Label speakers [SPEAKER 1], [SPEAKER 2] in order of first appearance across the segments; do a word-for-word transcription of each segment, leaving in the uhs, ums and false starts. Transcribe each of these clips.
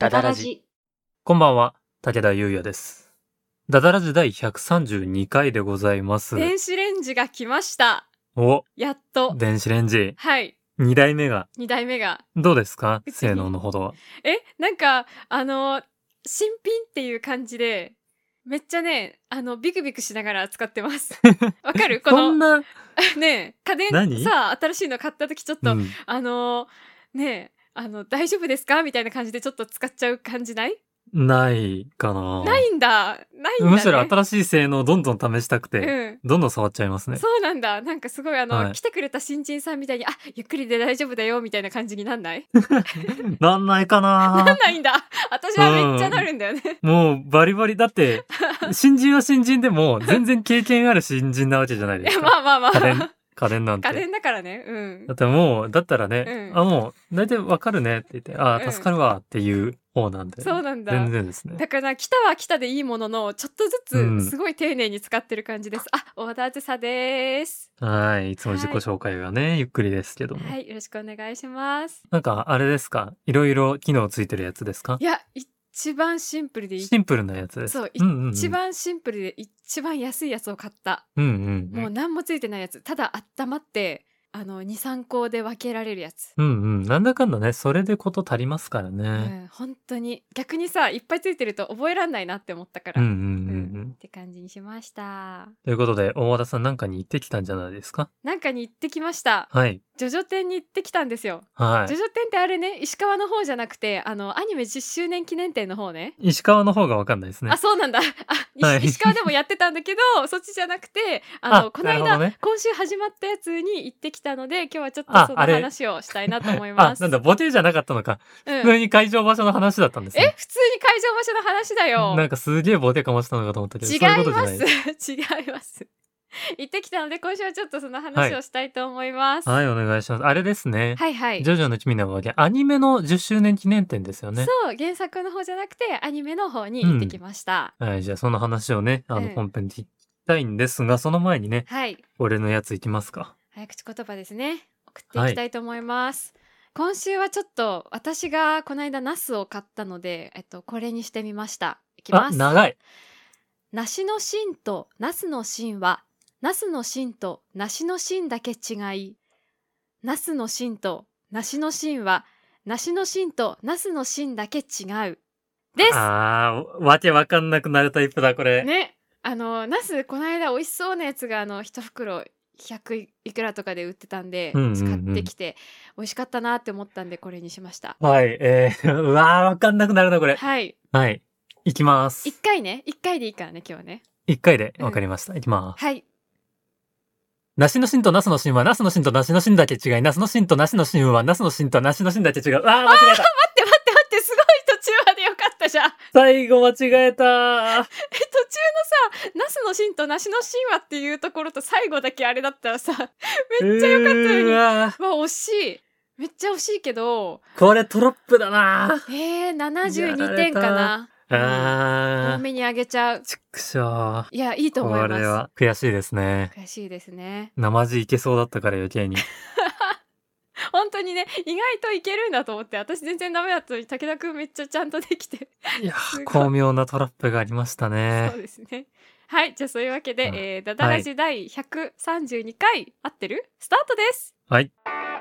[SPEAKER 1] ダダラジ。
[SPEAKER 2] こんばんは、武田優也です。ダダラジ第ひゃくさんじゅうにかいでございます。
[SPEAKER 1] 電子レンジが来ました。
[SPEAKER 2] お、
[SPEAKER 1] やっと。
[SPEAKER 2] 電子レンジ。
[SPEAKER 1] はい。
[SPEAKER 2] にだいめが。
[SPEAKER 1] にだいめが。
[SPEAKER 2] どうですか？性能のほどは。
[SPEAKER 1] え、なんか、あの、新品っていう感じで、めっちゃね、あの、ビクビクしながら使ってます。わかる？この、
[SPEAKER 2] そんな、
[SPEAKER 1] ねえ、家電さ、新しいの買った時ちょっと、うん、あの、ねえ、あの、大丈夫ですかみたいな感じでちょっと使っちゃう感じない？
[SPEAKER 2] ないかな。
[SPEAKER 1] ないんだ。ないんだ、ね。
[SPEAKER 2] むしろ新しい性能をどんどん試したくて、うん、どんどん触っちゃいますね。
[SPEAKER 1] そうなんだ。なんかすごいあの、はい、来てくれた新人さんみたいに、あ、ゆっくりで大丈夫だよみたいな感じになんない？
[SPEAKER 2] なんないかな。
[SPEAKER 1] なんないんだ。私はめっちゃなるんだよね。
[SPEAKER 2] うん、もうバリバリだって、新人は新人でも全然経験ある新人なわけじゃないですか。
[SPEAKER 1] まあまあまあ。
[SPEAKER 2] 家電家電なんて。
[SPEAKER 1] 家電だからね。うん。
[SPEAKER 2] だってもう、だったらね、うん、あ、もう、大体わかるねって言って、あ、
[SPEAKER 1] うん、
[SPEAKER 2] 助かるわっていう方なんで。
[SPEAKER 1] そうなんだ。
[SPEAKER 2] 全然ですね。
[SPEAKER 1] だから来たは来たでいいものの、ちょっとずつすごい丁寧に使ってる感じです。うん、あ、オーダーズサです。
[SPEAKER 2] はい。いつも自己紹介がね、はい、ゆっくりですけども。
[SPEAKER 1] はい。よろしくお願いします。
[SPEAKER 2] なんか、あれですか？いろいろ機能ついてるやつですか？
[SPEAKER 1] いや、一番シンプルで
[SPEAKER 2] シンプルなやつです。
[SPEAKER 1] そう、うんうんうん、一番シンプルで一番安いやつを買った。
[SPEAKER 2] うんうんうん、
[SPEAKER 1] もう何もついてないやつ。ただ温まって、あの、に、さんこで分けられるやつ。
[SPEAKER 2] うんうん。なんだかんだね、それでこと足りますからね。
[SPEAKER 1] うん、本当に。逆にさ、いっぱいついてると覚えらんないなって思ったから。
[SPEAKER 2] うんうんうんうん。うん、
[SPEAKER 1] って感じにしました。
[SPEAKER 2] ということで、大和田さんなんかに行ってきたんじゃないですか？
[SPEAKER 1] なんかに行ってきました。
[SPEAKER 2] はい。
[SPEAKER 1] ジョジョ展に行ってきたんですよ。
[SPEAKER 2] はい。
[SPEAKER 1] ジョジョ展ってあれね、石川の方じゃなくて、あの、アニメじゅっしゅうねん記念展の方ね。
[SPEAKER 2] 石川の方がわかんないですね。
[SPEAKER 1] あ、そうなんだ。あ、はい、石川でもやってたんだけど、そっちじゃなくて、あの、この間、ね、今週始まったやつに行ってきたので、今日はちょっとその話をしたいなと思います。
[SPEAKER 2] あ、なんだ、ボテじゃなかったのか。うん、普通に会場場所の話だったんですね。
[SPEAKER 1] え、普通に会場場所の話だよ。
[SPEAKER 2] なんかすげえボテかましたのかと思ったけど、
[SPEAKER 1] 違います。そういうことじゃない。違います。行ってきたので今週はちょっとその話をしたいと思います。
[SPEAKER 2] はい、はい、お願いします。あれですね。
[SPEAKER 1] はいはい。
[SPEAKER 2] ジョジョの奇妙な冒険、アニメのじゅっしゅうねん記念展ですよね。
[SPEAKER 1] そう、原作の方じゃなくてアニメの方に行ってきました。
[SPEAKER 2] うん、はい、じゃあその話をね、あの、本編で聞きたいんですが、その前にね、はい、俺のやついきますか。
[SPEAKER 1] 早口言葉ですね。送っていきたいと思います。はい、今週はちょっと私がこの間ナスを買ったので、えっとこれにしてみました。いきます。
[SPEAKER 2] あ、長い。
[SPEAKER 1] 梨の芯とナスの芯は。ナスの芯と梨の芯だけ違い、ナスの芯と梨の芯は、梨の芯とナスの芯だけ違う。です。
[SPEAKER 2] あー、わけわかんなくなるタイプだ、これ。
[SPEAKER 1] ね。あの、ナス、この間美味しそうなやつが、あの、一袋ひゃくいくらとかで売ってたんで、うんうんうん、買ってきて、美味しかったなって思ったんで、これにしました。
[SPEAKER 2] はい、えー、うわー、わかんなくなるな、これ。
[SPEAKER 1] はい。
[SPEAKER 2] はい。いきます。
[SPEAKER 1] 一回ね。一回でいいからね、今日はね。
[SPEAKER 2] 一回で、わかりました。うん、いきます。
[SPEAKER 1] はい。
[SPEAKER 2] 梨の芯とナスの芯は、ナスの芯と梨の芯だけ違い、ナスの芯と梨の芯は、ナスの芯と梨の芯だけ違う。あー、間違えた。
[SPEAKER 1] あー、待って待って待って、すごい途中までよかったじゃん。
[SPEAKER 2] 最後間違えた。
[SPEAKER 1] え、途中のさ、ナスの芯と梨の芯はっていうところと最後だけあれだったらさ、めっちゃよかったのに。うわ、惜しい。めっちゃ惜しいけど。
[SPEAKER 2] これトロップだな。
[SPEAKER 1] えー、ななじゅうにてんかな。あー、多めにあげちゃう。
[SPEAKER 2] ちくしょう。
[SPEAKER 1] いや、いいと思います。
[SPEAKER 2] これは悔しいですね。
[SPEAKER 1] 悔しいですね。
[SPEAKER 2] 生地いけそうだったから余計に。
[SPEAKER 1] 本当にね、意外といけるんだと思って、私全然ダメだったのに、武田くんめっちゃちゃんとできて。
[SPEAKER 2] いや、巧妙なトラップがありましたね。
[SPEAKER 1] そうですね。はい、じゃあそういうわけで、うん、えー、ダダラジ第ひゃくさんじゅうにかい、はい、合ってる？スタートです。
[SPEAKER 2] はい。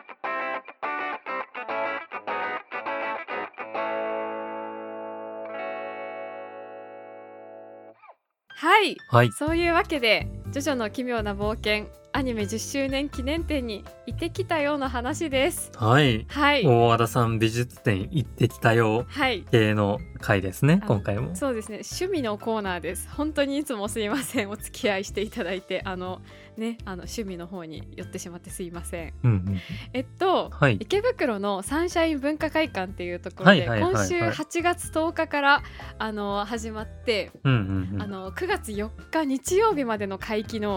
[SPEAKER 1] はい、
[SPEAKER 2] はい、
[SPEAKER 1] そういうわけでジョジョの奇妙な冒険アニメじゅっしゅうねん記念展に行ってきたような話です。
[SPEAKER 2] はい、
[SPEAKER 1] はい、
[SPEAKER 2] 大和田さん美術展行ってきたよ系の回ですね、はい、今回も。
[SPEAKER 1] そうですね、趣味のコーナーです。本当にいつもすいません、お付き合いしていただいて、あのね、あの趣味の方に寄ってしまってすいません。うんうん、えっと、はい、池袋のサンシャイン文化会館っていうところで、今週はちがつとおかからあの始まって、うんうんうん、あのくがつよっか日曜日までの会期の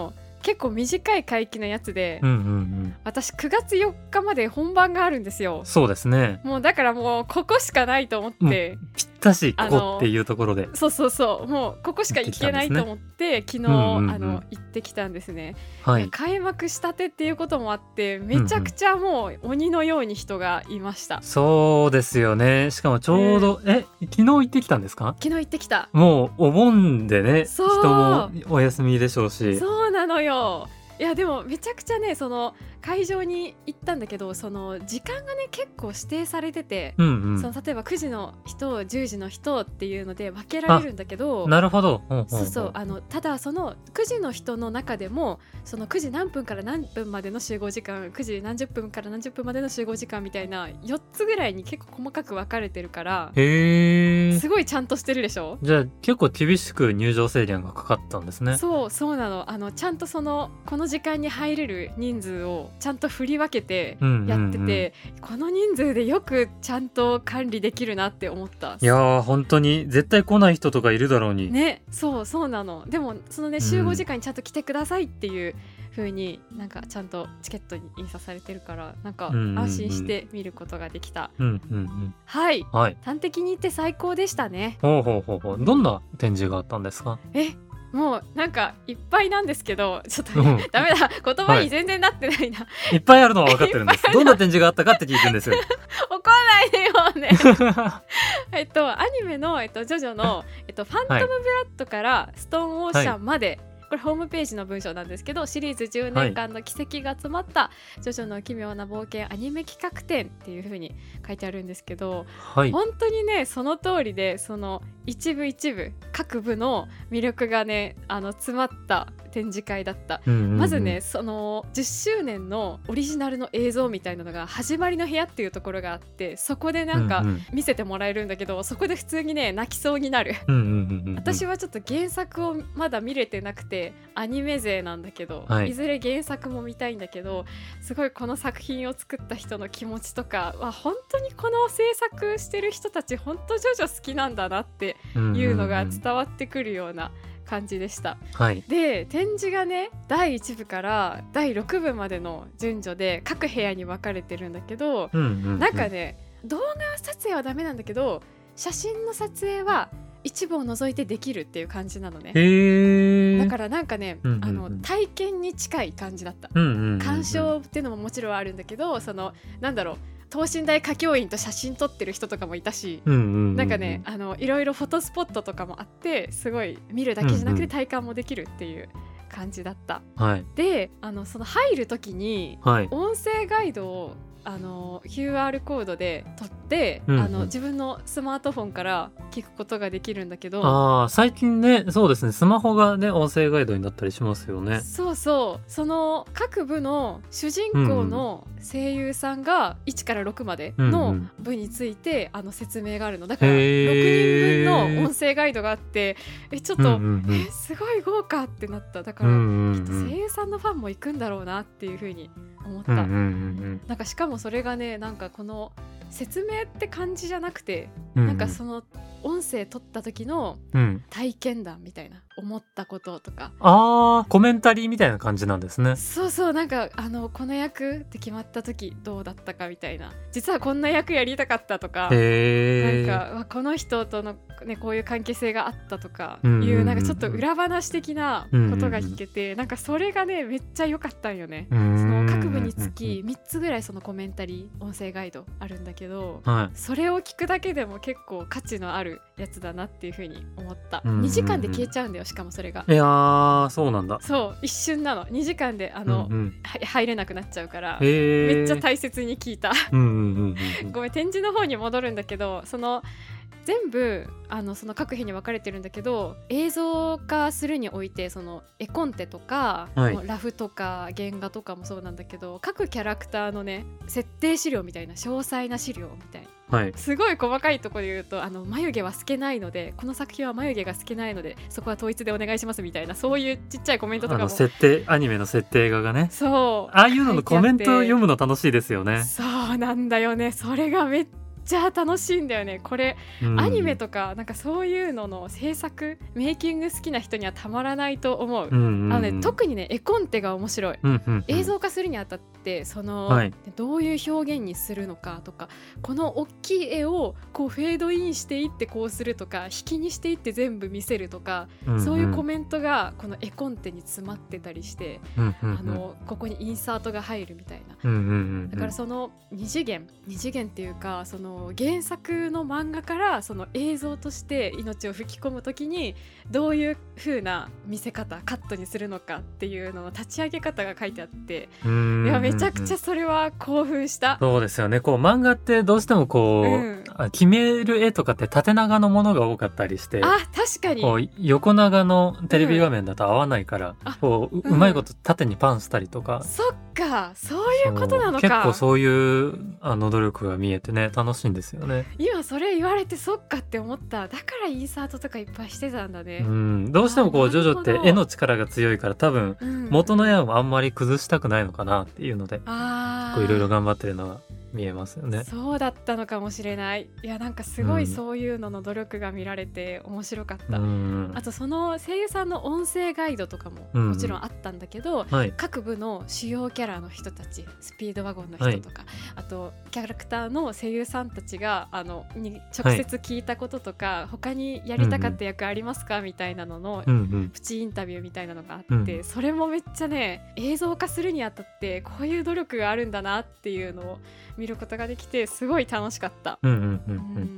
[SPEAKER 1] 結構短い会期のやつで、
[SPEAKER 2] うんうんうん、
[SPEAKER 1] 私くがつよっかまで本番があるんですよ。
[SPEAKER 2] そうですね。
[SPEAKER 1] もうだからもうここしかないと思って、
[SPEAKER 2] ぴったしここっていうところで、
[SPEAKER 1] そうそうそうもうここしか行けないと思って、昨日、うんうんうん、あの行ってきたんですね、はい、開幕したてっていうこともあってめちゃくちゃもう鬼のように人がいました、うんうん、
[SPEAKER 2] そうですよね。しかもちょうど、えー、え昨日行ってきたんですか？
[SPEAKER 1] 昨日行ってきた。
[SPEAKER 2] もうお盆でね、人もお休みでしょうし。
[SPEAKER 1] そうなのよ。いやでもめちゃくちゃね、その会場に行ったんだけど、その時間がね結構指定されてて、うんうん、その例えばくじの人じゅうじの人っていうので分けられるんだけど、
[SPEAKER 2] なるほど、うんうんうん、
[SPEAKER 1] そうそう、あのただそのくじの人の中でもそのくじ何分から何分までの集合時間、くじ何十分から何十分までの集合時間みたいなよっつぐらいに結構細かく分かれてるから、へー、すごいちゃんとしてるでしょ。じゃあ
[SPEAKER 2] 結構厳しく入場制限がかかったんですね。
[SPEAKER 1] そうそうなの。あのちゃんとそのこの時間に入れる人数をちゃんと振り分けてやってて、うんうんうん、この人数でよくちゃんと管理できるなって思った。
[SPEAKER 2] いやー本当に絶対来ない人とかいるだろうに
[SPEAKER 1] ね。そうそうなの。でもそのね集合時間にちゃんと来てくださいっていう風になんかちゃんとチケットに印刷されてるから、なんか安心して見ることができた、うんうんうん、はい、はい、端的に言って最高でしたね。
[SPEAKER 2] ほうほうほうほう。どんな展示があったんですか？
[SPEAKER 1] えもうなんかいっぱいなんですけど、ちょっと、ね、うん、ダメだ、言葉に全然なってないな、は
[SPEAKER 2] い、いっぱいあるのは分かってるんです。どんな展示があったかって聞いてるんですよ。
[SPEAKER 1] 怒らないでよね。えっとアニメの、えっと、ジョジョの、えっと、ファントムブラッドからストーンオーシャンまで、はい、これホームページの文章なんですけど、シリーズじゅうねんかんの奇跡が詰まったジョジョの奇妙な冒険アニメ企画展っていう風に書いてあるんですけど、はい、本当にねその通りで、その一部一部各部の魅力がねあの詰まった展示会だった、うんうんうん、まずねそのじゅっしゅうねんのオリジナルの映像みたいなのが始まりの部屋っていうところがあって、そこでなんか見せてもらえるんだけど、うんうん、そこで普通にね泣きそうになる、うんうんうんうん、私はちょっと原作をまだ見れてなくてアニメ勢なんだけど、はい、いずれ原作も見たいんだけど、すごいこの作品を作った人の気持ちとかは本当にこの制作してる人たち本当ジョジョ好きなんだなっていうのが伝わってくるような感じでした、はい、で展示がねだいいちぶからだいろくぶまでの順序で各部屋に分かれてるんだけど、うんうんうん、なんかね動画撮影はダメなんだけど写真の撮影は一部を除いてできるっていう感じなのね。へだからなんかね、うんうんうん、あの体験に近い感じだった、うんうんうんうん、鑑賞っていうのももちろんあるんだけど、そのなんだろう等身大歌教員と写真撮ってる人とかもいたし、うんうんうんうん、なんかねあのいろいろフォトスポットとかもあって、すごい見るだけじゃなくて体感もできるっていう感じだった、うんうん、であのその入る時に音声ガイドをあの キューアール コードで撮って、うんうん、あの自分のスマートフォンから聞くことができるんだけど、
[SPEAKER 2] あ最近ねそうですねスマホがね音声ガイドになったりしますよね。
[SPEAKER 1] そうそう、その各部の主人公の声優さんがいちからろくまでの部について、うんうん、あの説明があるのだからろくにんぶんの音声ガイドがあって、えちょっと、うんうんうん、えすごい豪華ってなった。だから、うんうんうん、きっと声優さんのファンも行くんだろうなっていう風に思った、うんうんうんうん、なんかしかもそれがねなんかこの説明って感じじゃなくて、うんうん、なんかその音声撮った時の体験談みたいな、うん、思ったこととか、
[SPEAKER 2] あーコメンタリーみたいな感じなんですね。
[SPEAKER 1] そうそう、なんかあのこの役って決まった時どうだったかみたいな、実はこんな役やりたかったとか、なんかこの人との、ね、こういう関係性があったとかいう、うんうんうん、なんかちょっと裏話的なことが聞けて、うんうんうん、なんかそれがねめっちゃ良かったんよね。その各部につきみっつぐらいそのコメンタリー音声ガイドあるんだけど、はい、それを聞くだけでも結構価値のあるやつだなっていう風に思った、うんうんうん、にじかんで消えちゃうんだよ。しかもそれがい
[SPEAKER 2] やーそうなんだ。
[SPEAKER 1] そう一瞬なの。にじかんであの、うんうん、入れなくなっちゃうからめっちゃ大切に聞いた、うんうんうんうん、ごめん展示の方に戻るんだけど、その全部あのその各部に分かれてるんだけど、映像化するにおいてその絵コンテとか、はい、ラフとか原画とかもそうなんだけど、各キャラクターのね設定資料みたいな詳細な資料みたいな、はい、すごい細かいところで言うと、あの眉毛は透けないのでこの作品は眉毛が透けないのでそこは統一でお願いしますみたいな、そういうちっちゃいコメントとかも、あの
[SPEAKER 2] 設定アニメの設定画がね、そうああいうののコメントを読むの楽しいですよね。
[SPEAKER 1] そうなんだよね。それがめっちゃ楽しいんだよねこれ、うん、アニメとかなんかそういうのの制作メイキング好きな人にはたまらないと思う、うんうんうん、あのね、特にね絵コンテが面白い、うんうんうん、映像化するにあたってその、はい、どういう表現にするのかとかこの大きい絵をこうフェードインしていってこうするとか引きにしていって全部見せるとか、うんうん、そういうコメントがこの絵コンテに詰まってたりして、うんうんうん、あのここにインサートが入るみたいな、うんうんうん、だからその二次元二次元っていうかその原作の漫画からその映像として命を吹き込むときにどういう風な見せ方カットにするのかっていうのの立ち上げ方が書いてあって、うーん、いやめちゃくちゃそれは興奮した。
[SPEAKER 2] そうですよね。こう漫画ってどうしてもこう、うん、決める絵とかって縦長のものが多かったりして、
[SPEAKER 1] あ、確かに
[SPEAKER 2] こう横長のテレビ画面だと合わないから、うん、こう、うん、うまいこと縦にパンしたりとか、
[SPEAKER 1] そっか、そういうことなのか。
[SPEAKER 2] 結構そういうあの努力が見えてね楽しいんですよね。
[SPEAKER 1] 今それ言われてそっかって思った。だからインサートとかいっぱいしてたんだね。
[SPEAKER 2] うん、どうしてもこうジョジョって絵の力が強いから多分元の絵をあんまり崩したくないのかなっていうので、いろいろ頑張ってるのが見えますよね。
[SPEAKER 1] そうだったのかもしれない。いやなんかすごいそういうのの努力が見られて面白かった、うん、あとその声優さんの音声ガイドとかももちろんあったんだけど、うんはい、各部の主要キャラの人たちスピードワゴンの人とか、はい、あとキャラクターの声優さんたちがあのに直接聞いたこととか、はい、他にやりたかった役ありますか、うんうん、みたいなのの、うんうん、プチインタビューみたいなのがあって、うん、それもめっちゃね映像化するにあたってこういう努力があるんだなっていうのを見ることができてすごい楽しかった、うんうんうんうん、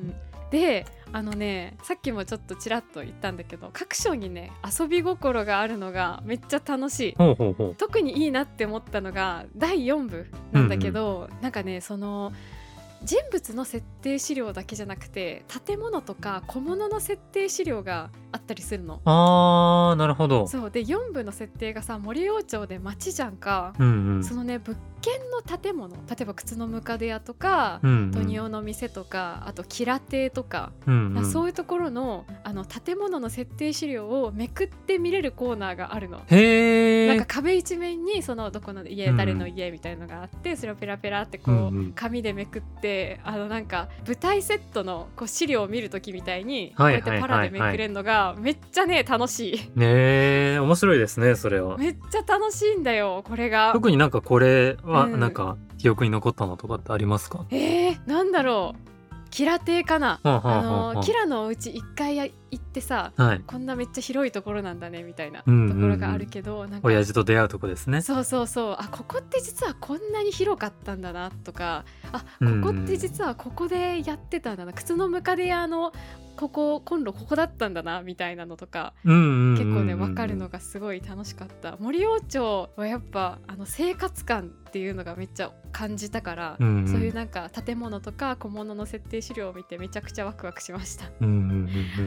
[SPEAKER 1] であのねさっきもちょっとちらっと言ったんだけど各所にね遊び心があるのがめっちゃ楽しい。ほうほうほう。特にいいなって思ったのがだいよんぶなんだけど、うんうん、なんかねその人物の設定資料だけじゃなくて建物とか小物の設定資料があったりするの。
[SPEAKER 2] あーなるほど。
[SPEAKER 1] そうでよんぶの設定がさ森王町で町じゃんか、うんうん、そのね物件の建物例えば靴のムカデ屋とか、うんうん、トニオの店とかあとキラ亭とか、うんうん、そういうところ の, あの建物の設定資料をめくって見れるコーナーがあるの。
[SPEAKER 2] へー。
[SPEAKER 1] なんか壁一面にそのどこの家、うん、誰の家みたいなのがあってそれをペラペラってこう、うんうん、紙でめくってあのなんか舞台セットのこう資料を見るときみたいにこうやってパラでめくれるのがめっちゃね楽しい。
[SPEAKER 2] ねえ面白いですねそれは。
[SPEAKER 1] めっちゃ楽しいんだよこれが。
[SPEAKER 2] 特になんかこれはなんか記憶に残ったのとかってありますか？
[SPEAKER 1] うん、えー、なんだろうキラ亭かな、はあはあはあ、あのキラのお家一回行ってさ、はい、こんなめっちゃ広いところなんだねみたいなところがあるけど、うんうんうん、なんか
[SPEAKER 2] 親父と出会うとこですね。
[SPEAKER 1] そうそうそうあここって実はこんなに広かったんだなとかあここって実はここでやってたんだな、うんうん、靴のムカデ屋のここコンロここだったんだなみたいなのとか、うんうんうんうん、結構ね分かるのがすごい楽しかった。森王町はやっぱあの生活感っていうのがめっちゃ感じたから、うんうん、そういうなんか建物とか小物の設定資料を見てめちゃくちゃワクワクしました、うんうんうんうん、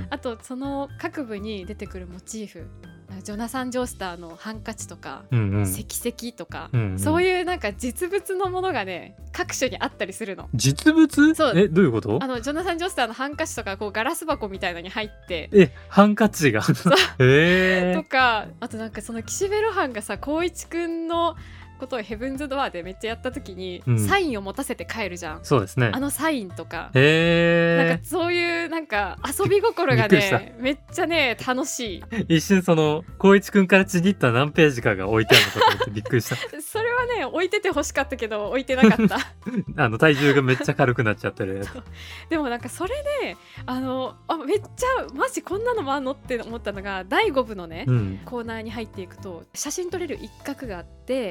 [SPEAKER 1] あとその各部に出てくるモチーフジョナサン・ジョースターのハンカチとか、うんうん、石石とか、うんうん、そういうなんか実物のものがね各所にあったりするの。
[SPEAKER 2] 実物？そうえどういうこと？
[SPEAKER 1] あのジョナサン・ジョースターのハンカチとかこうガラス箱みたいのに入って
[SPEAKER 2] えハンカチがへ
[SPEAKER 1] とかあとなんかその岸辺露伴がさ光一くんのことをヘブンズドアーでめっちゃやった時に、うん、サインを持たせて帰るじゃん。
[SPEAKER 2] そうですね。
[SPEAKER 1] あのサインとか
[SPEAKER 2] へ
[SPEAKER 1] なんかそういうなんか遊び心がねめっちゃね楽し
[SPEAKER 2] い。一瞬その光一くんからちぎった何ページかが置いてあるのかと思ってびっくりした
[SPEAKER 1] それはね置いてて欲しかったけど置いてなかった
[SPEAKER 2] あの体重がめっちゃ軽くなっちゃってる
[SPEAKER 1] でもなんかそれであのあめっちゃマジこんなのもあんのって思ったのがだいご部のね、うん、コーナーに入っていくと写真撮れる一角があって、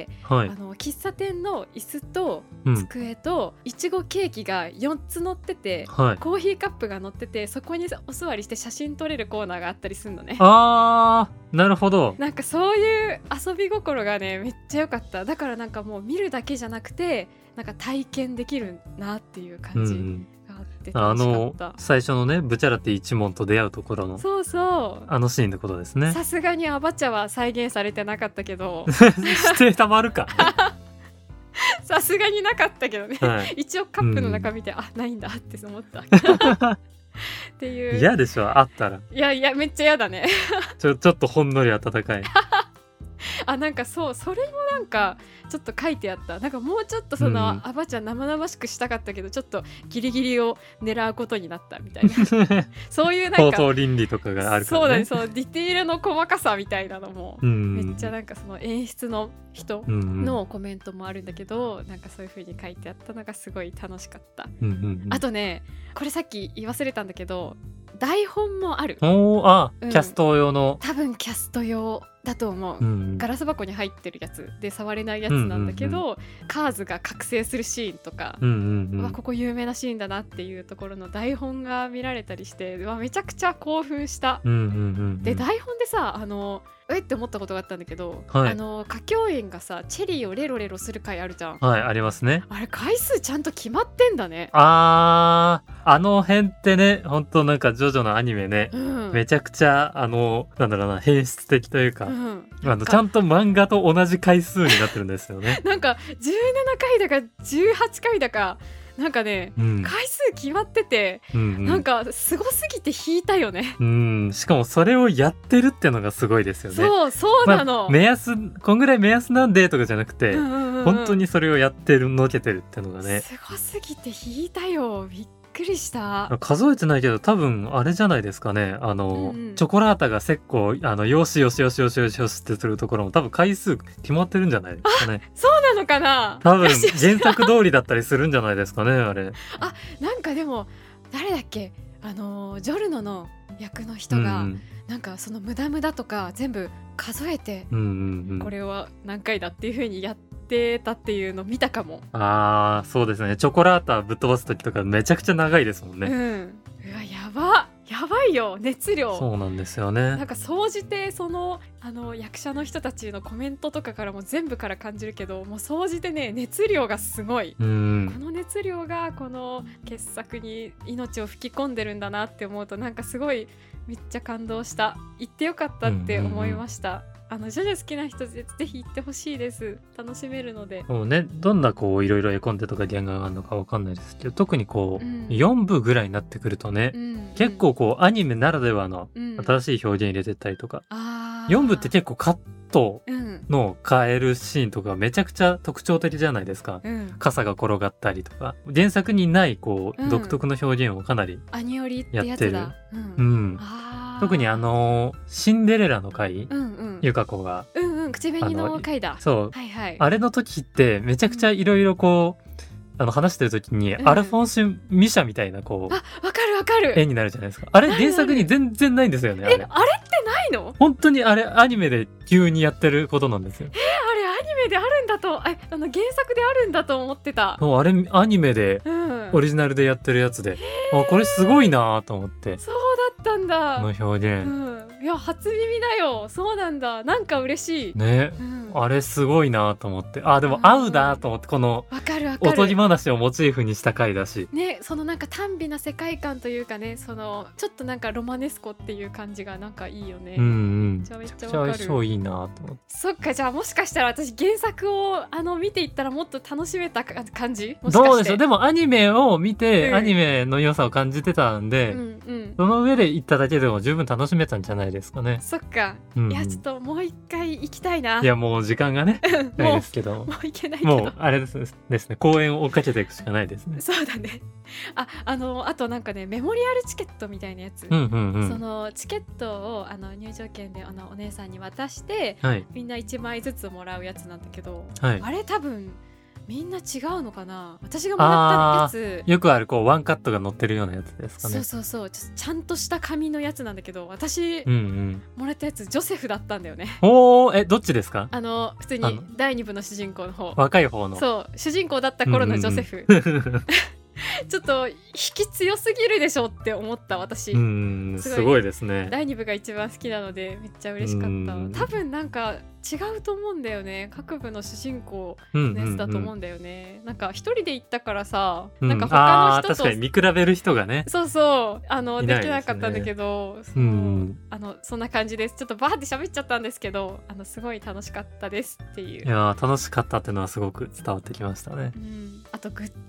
[SPEAKER 1] はい、あの喫茶店の椅子と机といちごケーキがよっつ乗ってて、はい、コーヒーカップが乗っててそこにお座りして写真撮れるコーナーがあったりするのね。
[SPEAKER 2] あーなるほど。
[SPEAKER 1] なんかそういう遊び心がねめっちゃ良かった。だからなんかもう見るだけじゃなくてなんか体験できるなっていう感じ、うん
[SPEAKER 2] あの最初のねブチャラティ一門と出会うところの
[SPEAKER 1] そうそう
[SPEAKER 2] あのシーンってことですね。
[SPEAKER 1] さすがにアバチャは再現されてなかったけど
[SPEAKER 2] 指定たまるか
[SPEAKER 1] さすがになかったけどね、はい、一応カップの中見て、うん、あないんだって思ったっていう。
[SPEAKER 2] 嫌でしょあったら。
[SPEAKER 1] いやいやめっちゃ嫌だね
[SPEAKER 2] ちょちょっとほんのり温かい
[SPEAKER 1] あなんかそうそれもなんかちょっと書いてあった。なんかもうちょっとその、うん、アバちゃん生々しくしたかったけどちょっとギリギリを狙うことになったみたいなそういうなんか
[SPEAKER 2] 放送倫理とかがあるからね。
[SPEAKER 1] そうだね、そのディティールの細かさみたいなのも、うん、めっちゃなんかその演出の人のコメントもあるんだけど、うん、なんかそういう風に書いてあったのがすごい楽しかった、うんうんうん、あとねこれさっき言い忘れたんだけど台本もある。
[SPEAKER 2] おあ、うん、キャスト用の
[SPEAKER 1] 多分キャスト用だと思う、うん、ガラス箱に入ってるやつで触れないやつなんだけど、うんうんうん、カーズが覚醒するシーンとか、うんうんうん、わここ有名なシーンだなっていうところの台本が見られたりしてわめちゃくちゃ興奮した、うんうんうんうん、で台本でさあのえって思ったことがあったんだけど、はい、あの歌教員がさチェリーをレロレロする回あるじゃん。
[SPEAKER 2] はいありますね。
[SPEAKER 1] あれ回数ちゃんと決まってんだね。
[SPEAKER 2] あーあの辺ってねほんとなんかジョジョのアニメね、うん、めちゃくちゃあのなんだろうな変質的というか、うん、あのちゃんと漫画と同じ回数になってるんですよね
[SPEAKER 1] なんかじゅうななかいだかじゅうはちかいだかなんかね、うん、回数決まってて、うんうん、なんかすごすぎて引いたよね。
[SPEAKER 2] うんしかもそれをやってるってのがすごいですよね。
[SPEAKER 1] そうそうなの、
[SPEAKER 2] まあ、目安こんぐらい目安なんでとかじゃなくて、うんうんうん、本当にそれをやってるのけてるってのがね
[SPEAKER 1] すごすぎて引いたよ。びっくりした。
[SPEAKER 2] 数えてないけど多分あれじゃないですかねあの、うんうん、チョコラータが結構あのよしよしよしよしよしよしってするところも多分回数決まってるんじゃないですかね。
[SPEAKER 1] そうなのかな。
[SPEAKER 2] 多分原作通りだったりするんじゃないですかねあれ。
[SPEAKER 1] あなんかでも誰だっけあのジョルノの役の人が、うん、なんかその無駄無駄とか全部数えて、うんうんうん、これは何回だっていう風にやってたっていうの見たかも。
[SPEAKER 2] あーそうですねチョコラータぶっ飛ばす時とかめちゃくちゃ長いですもんね。うん、
[SPEAKER 1] うわやばやばいよ熱量。
[SPEAKER 2] そうなんですよね。
[SPEAKER 1] なんか総じてそのあの役者の人たちのコメントとかからも全部から感じるけどもう総じてね熱量がすごい。うんこの熱量がこの傑作に命を吹き込んでるんだなって思うとなんかすごいめっちゃ感動した。行ってよかったって思いました、うんうんうん、あのジョジョ好きな人ぜひ行ってほしいです。楽しめるので。
[SPEAKER 2] もうねどんなこういろいろ絵コンテとか原画があるのかわかんないですけど特にこう、うん、よんぶぐらいになってくるとね、うんうん、結構こうアニメならではの新しい表現入れてったりとか、うん、よんぶって結構カットの変えるシーンとかめちゃくちゃ特徴的じゃないですか、うん、傘が転がったりとか原作にないこう、うん、独特の表現をかなりやってる。アニオリってやつだ、うんうん、あ特にあのシンデレラの回、うんうん、ゆか子が、
[SPEAKER 1] うんうん、口紅の回だ。
[SPEAKER 2] そう、
[SPEAKER 1] はいはい、
[SPEAKER 2] あれの時ってめちゃくちゃいろいろこう、うん、あの話してる時に、うん、アルフォンシュ・ミシャみたいなこう、
[SPEAKER 1] あ、わかるわかる
[SPEAKER 2] 絵になるじゃないですか。あれ原作に全然ないんですよね。あれ、
[SPEAKER 1] え、あれってないの？
[SPEAKER 2] 本当にあれアニメで急にやってることなんですよ。
[SPEAKER 1] えー、あれアニメであるんだと、あ、あの原作であるんだと思ってた。
[SPEAKER 2] もうあれアニメで、うん、オリジナルでやってるやつで、あ、これすごいなと思って。
[SPEAKER 1] そうだったんだ。
[SPEAKER 2] この表現、
[SPEAKER 1] うん、いや初耳だよ。そうなんだ。なんか嬉しい
[SPEAKER 2] ね、うん、あれすごいなと思って。あ、でも合うなと思って、このおとぎ話をモチーフにした回だし
[SPEAKER 1] ね、そのなんか短美な世界観というかね、そのちょっとなんかロマネスコっていう感じがなんかいいよね。うんうん、めちゃめちゃわかる。
[SPEAKER 2] めちゃ相性いいなと思って。
[SPEAKER 1] そっか、じゃあもしかしたら私原作をあの見ていったらもっと楽しめた感じ。もしかして
[SPEAKER 2] どうでしょう。でもアニメを見て、うん、アニメの良さを感じてたんで、うんうん、その上で行っただけでも十分楽しめたんじゃないですかね。
[SPEAKER 1] そっか、うんうん、いやちょっともう一回行きたいな。
[SPEAKER 2] いやもう時間がねないですけど
[SPEAKER 1] もう行けないけど、
[SPEAKER 2] もうあれですね、公演を追っかけていくしかないですね。
[SPEAKER 1] そうだね。あ、あのあとなんかねメモリアルチケットみたいなやつ、うんうんうん、そのチケットをあの入場券であのお姉さんに渡して、はい、みんないちまいずつもらうやつなんだけど、はい、あれ多分みんな違うのかな。私がもらったやつ
[SPEAKER 2] よくあるこうワンカットが載ってるようなやつですかね。
[SPEAKER 1] そうそうそう、ち, ちゃんとした紙のやつなんだけど、私、うんうん、もらったやつジョセフだったんだよね。
[SPEAKER 2] おー、えどっちですか？
[SPEAKER 1] あの普通にだいに部の主人公の方、
[SPEAKER 2] 若い方の。
[SPEAKER 1] そう主人公だった頃のジョセフ、うんうんうんちょっと引き強すぎるでしょって思った私。うんすごい、
[SPEAKER 2] すごいですね。
[SPEAKER 1] だいに部が一番好きなのでめっちゃ嬉しかった。多分なんか違うと思うんだよね。各部の主人公のやつだと思うんだよね、うんうんうん、なんか一人で行ったからさ、うん、なんか他の人と、
[SPEAKER 2] 確かに見比べる人がね、
[SPEAKER 1] そうそうあの で, できなかったんだけど、うん、あのそんな感じです。ちょっとバーって喋っちゃったんですけど、あのすごい楽しかったですっていう。
[SPEAKER 2] いや楽しかったっていうのはすごく伝わってきましたね、
[SPEAKER 1] うん、あとグッズ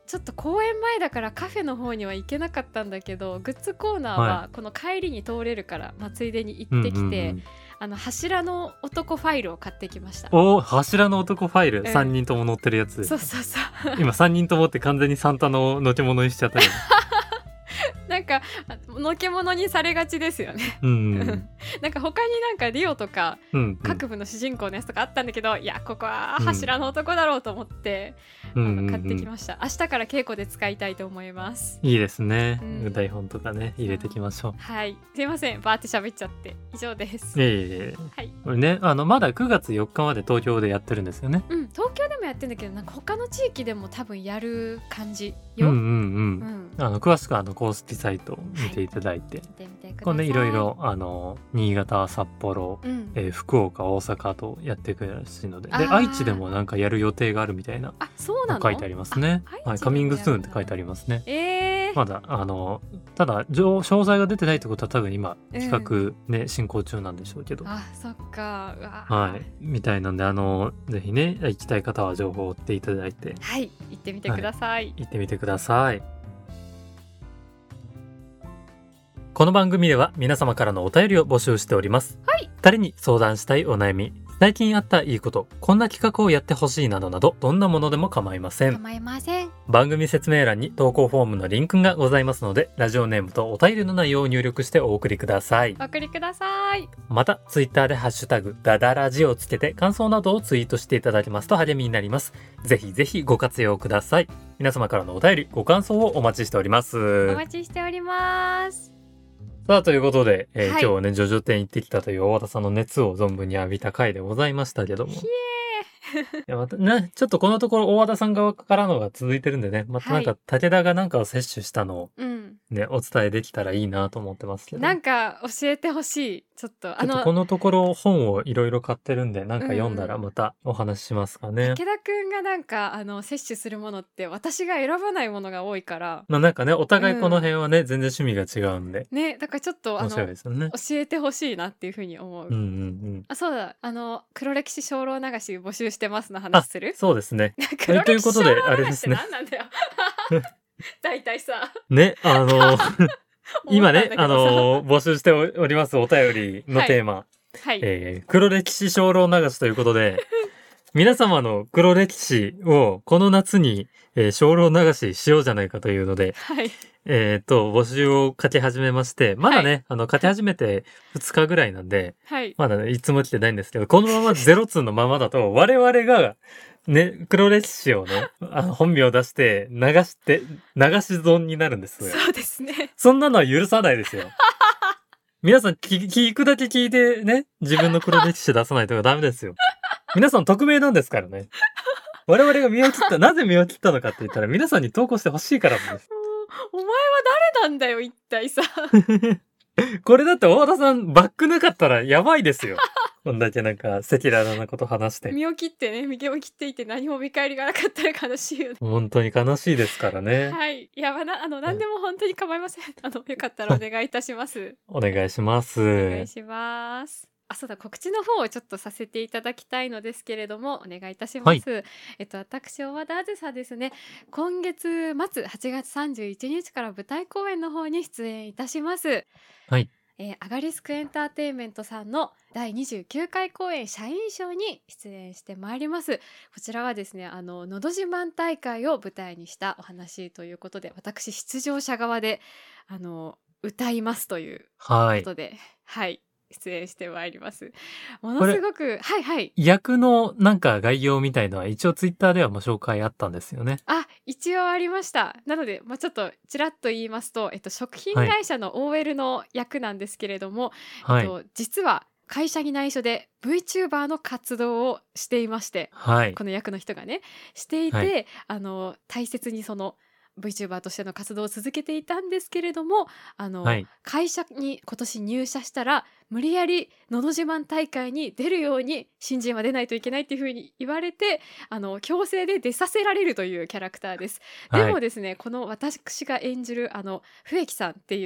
[SPEAKER 1] ちょっと公演前だからカフェの方には行けなかったんだけど、グッズコーナーはこの帰りに通れるから、まあ、ついでに行ってきて、うんうんうん、あの柱の男ファイルを買ってきました。
[SPEAKER 2] お、柱の男ファイル、うん、さんにんとも乗ってるやつ。
[SPEAKER 1] そうそうそう
[SPEAKER 2] 今さんにんともって完全にサンタののけものにしちゃったよ
[SPEAKER 1] なんかのけものにされがちですよね、うん、なんか他になんかリオとか、うんうん、各部の主人公のやつとかあったんだけど、いやここは柱の男だろうと思って、うん、あの買ってきました、うんうんうん、明日から稽古で使いたいと思います。
[SPEAKER 2] いいですね、うん、台本とかね入れてきましょう。
[SPEAKER 1] はい、すいませんバーって喋っちゃって以上です。
[SPEAKER 2] いえいえ、はい、これねあのまだくがつよっかまで東京でやってるんですよね。
[SPEAKER 1] うん、東京でもやってるんだけど、なんか他の地域でも多分やる感じよ。
[SPEAKER 2] うんうんうん、うん、あの詳しくはあの公式サイトを見ていただいて、はい、見てみてください。これねいろいろあの新潟、札幌、うん、えー、福岡、大阪とやっていくらしいので、で愛知でもなんかやる予定があるみたいな、
[SPEAKER 1] あ、そうなの？
[SPEAKER 2] 書いてありますね。はい、カミングスーンって書いてありますね。えー、まだあのただ詳細が出てないってことは多分今企画ね、うん、進行中なんでしょうけど。
[SPEAKER 1] あ、そっか。
[SPEAKER 2] はい、みたいなんであのぜひね行きたい方は情報を追っていただいて、
[SPEAKER 1] はい、行ってみてください。はい、
[SPEAKER 2] 行ってみてください。この番組では皆様からのお便りを募集しております。
[SPEAKER 1] はい。
[SPEAKER 2] ふたりに相談したいお悩み、最近あったいいこと、こんな企画をやってほしいなどなど、どんなものでも構いません。
[SPEAKER 1] 構いません。
[SPEAKER 2] 番組説明欄に投稿フォームのリンクがございますので、ラジオネームとお便りの内容を入力してお送りください。
[SPEAKER 1] お送りください。
[SPEAKER 2] また、ツイッターでハッシュタグ、ダダラジをつけて感想などをツイートしていただけますと励みになります。ぜひぜひご活用ください。皆様からのお便り、ご感想をお待ちしております。
[SPEAKER 1] お待ちしております。
[SPEAKER 2] さあということで、えーはい、今日はねジョジョ展行ってきたという大和田さんの熱を存分に浴びた回でございましたけども、いやまたねちょっとこのところ大和田さん側からのが続いてるんでね、またなんか武田がなんかを摂取したのをね、うん、お伝えできたらいいなと思ってますけど、
[SPEAKER 1] なんか教えてほしい。ちょっとあの
[SPEAKER 2] ちょっとこのところ本をいろいろ買ってるんで、なんか読んだらまたお話ししますかね。
[SPEAKER 1] 武田くんがなんかあの摂取するものって私が選ばないものが多いから、
[SPEAKER 2] まあなんかねお互いこの辺はね、うん、全然趣味が違うんで
[SPEAKER 1] ね、だからちょっとあの
[SPEAKER 2] 面白いですよね。
[SPEAKER 1] 教えてほしいなっていうふうに思う。うんうんうん。あ、そうだ、あの黒歴史精霊流し募集してますの話する？
[SPEAKER 2] そうですね。黒歴史精霊流しって何なんだよ。
[SPEAKER 1] 大体さ。
[SPEAKER 2] ね、あの今ね、あの募集しておりますお便りのテーマ、はいはい、えー、黒歴史精霊流しということで皆様の黒歴史をこの夏に、えー、精霊流ししようじゃないかというので、はい、えっと募集をかけ始めまして、まだね、はい、あのかけ始めてふつかぐらいなんで、はい、まだねいつも来てないんですけど、このままゼロ通のままだと我々がね、黒歴史をね、あの本名を出して流して、流し損になるんです。
[SPEAKER 1] そうですね。
[SPEAKER 2] そんなのは許さないですよ。皆さん聞、聞くだけ聞いてね、自分の黒歴史出さないとかダメですよ。皆さん匿名なんですからね。我々が身を切った、なぜ身を切ったのかって言ったら皆さんに投稿してほしいからなんです。
[SPEAKER 1] お前は誰なんだよ、一体さ。
[SPEAKER 2] これだって大和田さんバックなかったらやばいですよ。こんだけなんか赤裸々なこと話して。
[SPEAKER 1] 身を切ってね、身を切っていて何も見返りがなかったら悲しいよね。
[SPEAKER 2] 本当に悲しいですからね。
[SPEAKER 1] はい。いや、まあ、あの、何でも本当に構いません。あの、よかったらお願いいたします。
[SPEAKER 2] お願いします。
[SPEAKER 1] お願いします。あ、そうだ、告知の方をちょっとさせていただきたいのですけれども、お願いいたします。はい、えっと、私、大和田あずさですね、今月末、はちがつさんじゅういちにちから舞台公演の方に出演いたします。
[SPEAKER 2] はい。
[SPEAKER 1] えー、アガリスクエンターテインメントさんのだいにじゅうきゅうかい公演社員賞に出演してまいります。こちらはですね、あののど自慢大会を舞台にしたお話ということで、私出場者側であの歌いますということで、はい、はい、出演してまいります。ものすごく、はいはい。
[SPEAKER 2] 役のなんか概要みたいのは一応ツイッターではも紹介あったんですよね。
[SPEAKER 1] あ、一応ありました。なので、まあ、ちょっとちらっと言いますと、えっと、食品会社の オーエル の役なんですけれども、はい、えっと、実は会社に内緒で VTuber の活動をしていまして、はい、この役の人がねしていて、はい、あの大切にそのVTuber としての活動を続けていたんですけれども、あの、はい、会社に今年入社したら無理やりのど自慢大会に出るように新人は出ないといけないっていうふうに言われて、あの強制で出させられるというキャラクターです。はい、でもですね、この私が演じるあの笛木さんっていう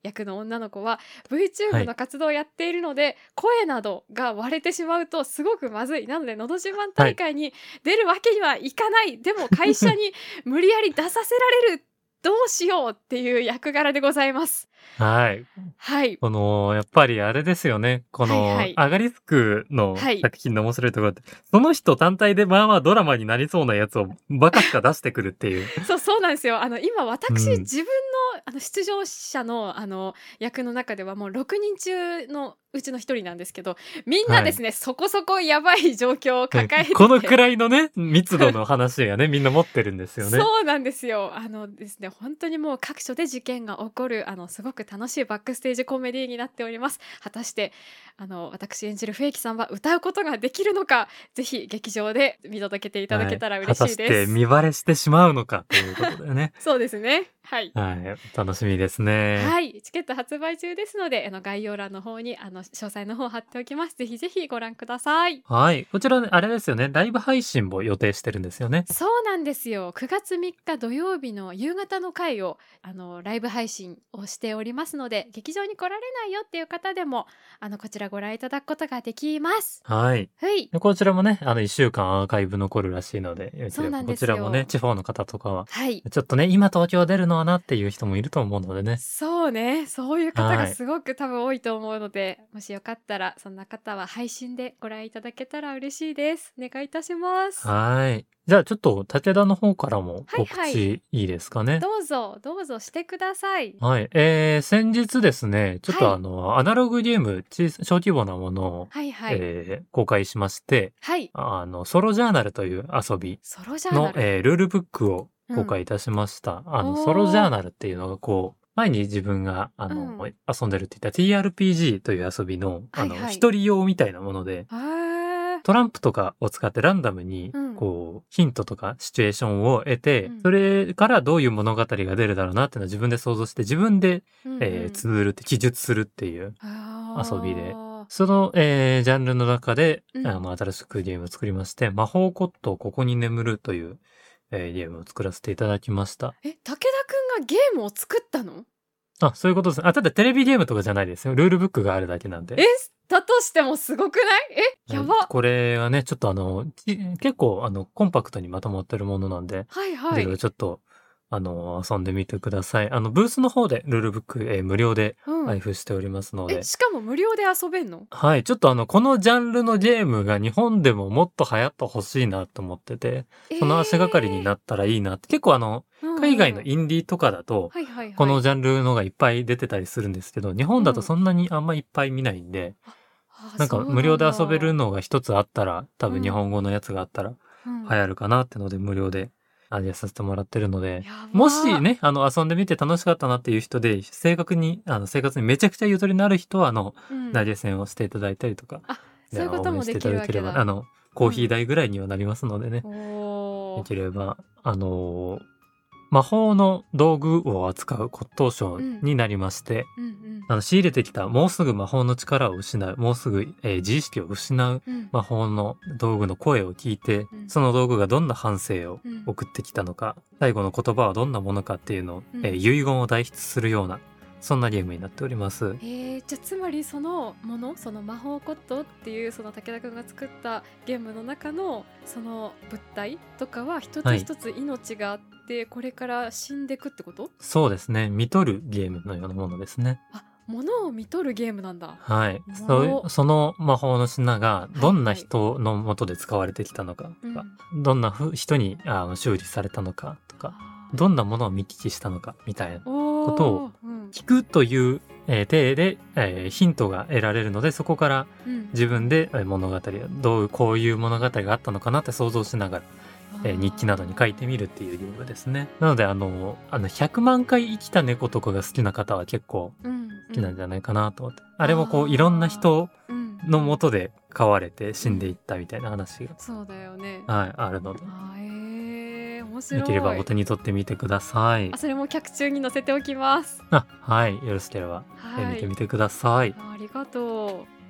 [SPEAKER 1] 役の女の子は VTuber の活動をやっているので、はい、声などが割れてしまうとすごくまずい。なのでのど自慢大会に出るわけにはいかない、はい、でも会社に無理やり出させられるどうしようっていう役柄でございます。
[SPEAKER 2] はい。
[SPEAKER 1] はい。
[SPEAKER 2] この、やっぱりあれですよね。この、はいはい、アガリスクの作品の面白いところって、はい、その人単体でまあまあドラマになりそうなやつをバカしか出してくるっていう。
[SPEAKER 1] そう、そうなんですよ。あの、今私、うん、自分の、あの出場者の、あの、役の中ではもうろくにん中のうちの一人なんですけど、みんなですね、はい、そこそこやばい状況を抱えてて、
[SPEAKER 2] このくらいのね、密度の話がね、みんな持ってるんですよね。
[SPEAKER 1] そうなんですよ。あのですね、本当にもう各所で事件が起こる、あの、すごく楽しいバックステージコメディになっております。果たして、あの、私演じる笛木さんは歌うことができるのか、ぜひ劇場で見届けていただけたら嬉しいです。
[SPEAKER 2] はい、果たして見バレしてしまうのかということだよね。
[SPEAKER 1] そうですね。はい。
[SPEAKER 2] はい。楽しみですね。
[SPEAKER 1] はい。チケット発売中ですので、あの概要欄の方にあの詳細の方貼っておきます。ぜひぜひご覧ください。
[SPEAKER 2] はい。こちら、あれですよね。ライブ配信も予定してるんですよね。
[SPEAKER 1] そうなんですよ。くがつみっか土曜日の夕方の回をあのライブ配信をしておりますので、劇場に来られないよっていう方でもあのこちらご覧いただくことができます。
[SPEAKER 2] はい。
[SPEAKER 1] はい。
[SPEAKER 2] こちらもね、あのいっしゅうかんアーカイブ残るらしいので、
[SPEAKER 1] そうなんですよ。
[SPEAKER 2] こちらもね、地方の方とかは、
[SPEAKER 1] はい、
[SPEAKER 2] ちょっとね、今東京出るのはなっていう人もいると思うのでね。
[SPEAKER 1] そうね、そういう方がすごく多分多いと思うので、はい、もしよかったらそんな方は配信でご覧いただけたら嬉しいです。お願いいたします。
[SPEAKER 2] はい。じゃあちょっと武田の方からも告知、はいはい、いいですかね。
[SPEAKER 1] どうぞどうぞしてください。
[SPEAKER 2] はい。えー、先日ですね、ちょっとあの、はい、アナログゲーム、小規模なものを、はいはい、えー、公開しまして、はい、あの、ソロジャーナルという遊びの、えー、ルールブックを公開いたしました。うん、あの、ソロジャーナルっていうのがこう、前に自分が、あの、うん、遊んでるって言った ティーアールピージー という遊びの、あの、はいはい、一人用みたいなもので、トランプとかを使ってランダムに、こう、ヒントとかシチュエーションを得て、うん、それからどういう物語が出るだろうなっていうのを自分で想像して、自分で、うんうん、えー、綴るって、記述するっていう遊びで、その、えー、ジャンルの中で、うん、あの、新しくゲームを作りまして、魔法コットここに眠るという、えー、ゲームを作らせていただきました。
[SPEAKER 1] え、武田くんがゲームを作ったの？
[SPEAKER 2] あ、そういうことですね。あ、ただテレビゲームとかじゃないですよ。ルールブックがあるだけなんで。
[SPEAKER 1] え、だとしてもすごくない？え、やば。
[SPEAKER 2] はい、これはね、ちょっとあの、結構あの、コンパクトにまとまってるものなんで、
[SPEAKER 1] はいはい。
[SPEAKER 2] ちょっと、あの、遊んでみてください。あの、ブースの方でルールブック、えー、無料で配布しておりますので、うん。
[SPEAKER 1] え、しかも無料で遊べんの？
[SPEAKER 2] はい。ちょっとあの、このジャンルのゲームが日本でももっと流行ってほしいなと思ってて、その足がかりになったらいいなって、結構あの、海外のインディーとかだと、このジャンルのがいっぱい出てたりするんですけど、日本だとそんなにあんまいっぱい見ないんで、うん、なんか無料で遊べるのが一つあったら、多分日本語のやつがあったら流行るかなってので無料であれさせてもらってるので、もしね、あの遊んでみて楽しかったなっていう人で、正確に、あの生活にめちゃくちゃゆとりのある人は、あの、うん、投げ銭をしていただいたりとか、
[SPEAKER 1] あ、そういうこともできるわけだ。
[SPEAKER 2] あの、コーヒー代ぐらいにはなりますのでね、うん、できれば、あのー、魔法の道具を扱う骨董商になりまして、うんうんうん、あの仕入れてきたもうすぐ魔法の力を失う、もうすぐ、えー、自意識を失う魔法の道具の声を聞いて、うん、その道具がどんな反省を送ってきたのか、うん、最後の言葉はどんなものかっていうのを、うん、えー、遺言を代筆するような、そんなゲームになっております。
[SPEAKER 1] えー、じゃあつまりそのもの、その魔法コットっていうその武田くんが作ったゲームの中のその物体とかは一つ一つ命があって、はい、これから死んでいくってこと？
[SPEAKER 2] そうですね。見とるゲームのようなものですね。
[SPEAKER 1] あ、ものを見とるゲームなんだ。
[SPEAKER 2] はい。そ, その魔法の品がどんな人の元で使われてきたのかとか、はいはい、どんな人にあ修理されたのかとか、どんなものを見聞きしたのかみたいなことを聞くという、えー、体で、えー、ヒントが得られるので、そこから自分で物語をどうこういう物語があったのかなって想像しながら、えー、日記などに書いてみるっていうゲームですね。なのであのあのひゃくまんかい生きた猫とかが好きな方は結構好きなんじゃないかなと思って、うんうん、あれもこういろんな人の元で飼われて死んでいったみたいな話が、うん、
[SPEAKER 1] そうだよね、
[SPEAKER 2] はい、あるので、
[SPEAKER 1] あ、えー、面白い。
[SPEAKER 2] できればお手に取ってみてください。
[SPEAKER 1] あ、それも脚中に載せておきます。
[SPEAKER 2] あ、はい、よろしければ、はい、見てみてください。
[SPEAKER 1] あ, ありがとう。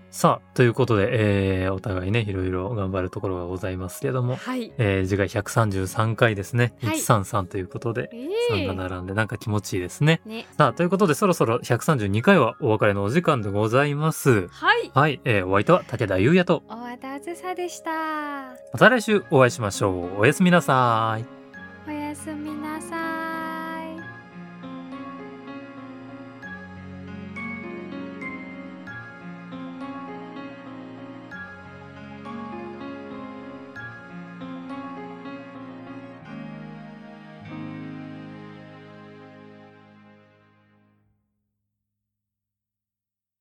[SPEAKER 2] さあということで、えー、お互いねいろいろ頑張るところがございますけども、
[SPEAKER 1] はい、
[SPEAKER 2] えー、次回ひゃくさんじゅうさんかいですね、はい、いちさんさんということで、
[SPEAKER 1] え
[SPEAKER 2] ー、さんが並んでなんか気持ちいいですね。
[SPEAKER 1] ね。
[SPEAKER 2] さあということでそろそろひゃくさんじゅうにかいはお別れのお時間でございます。
[SPEAKER 1] はい、
[SPEAKER 2] はい、えー、お相手は武田優也と
[SPEAKER 1] 大和田あずさでした。
[SPEAKER 2] また来週お会いしましょう。おやすみなさい。
[SPEAKER 1] おやすみな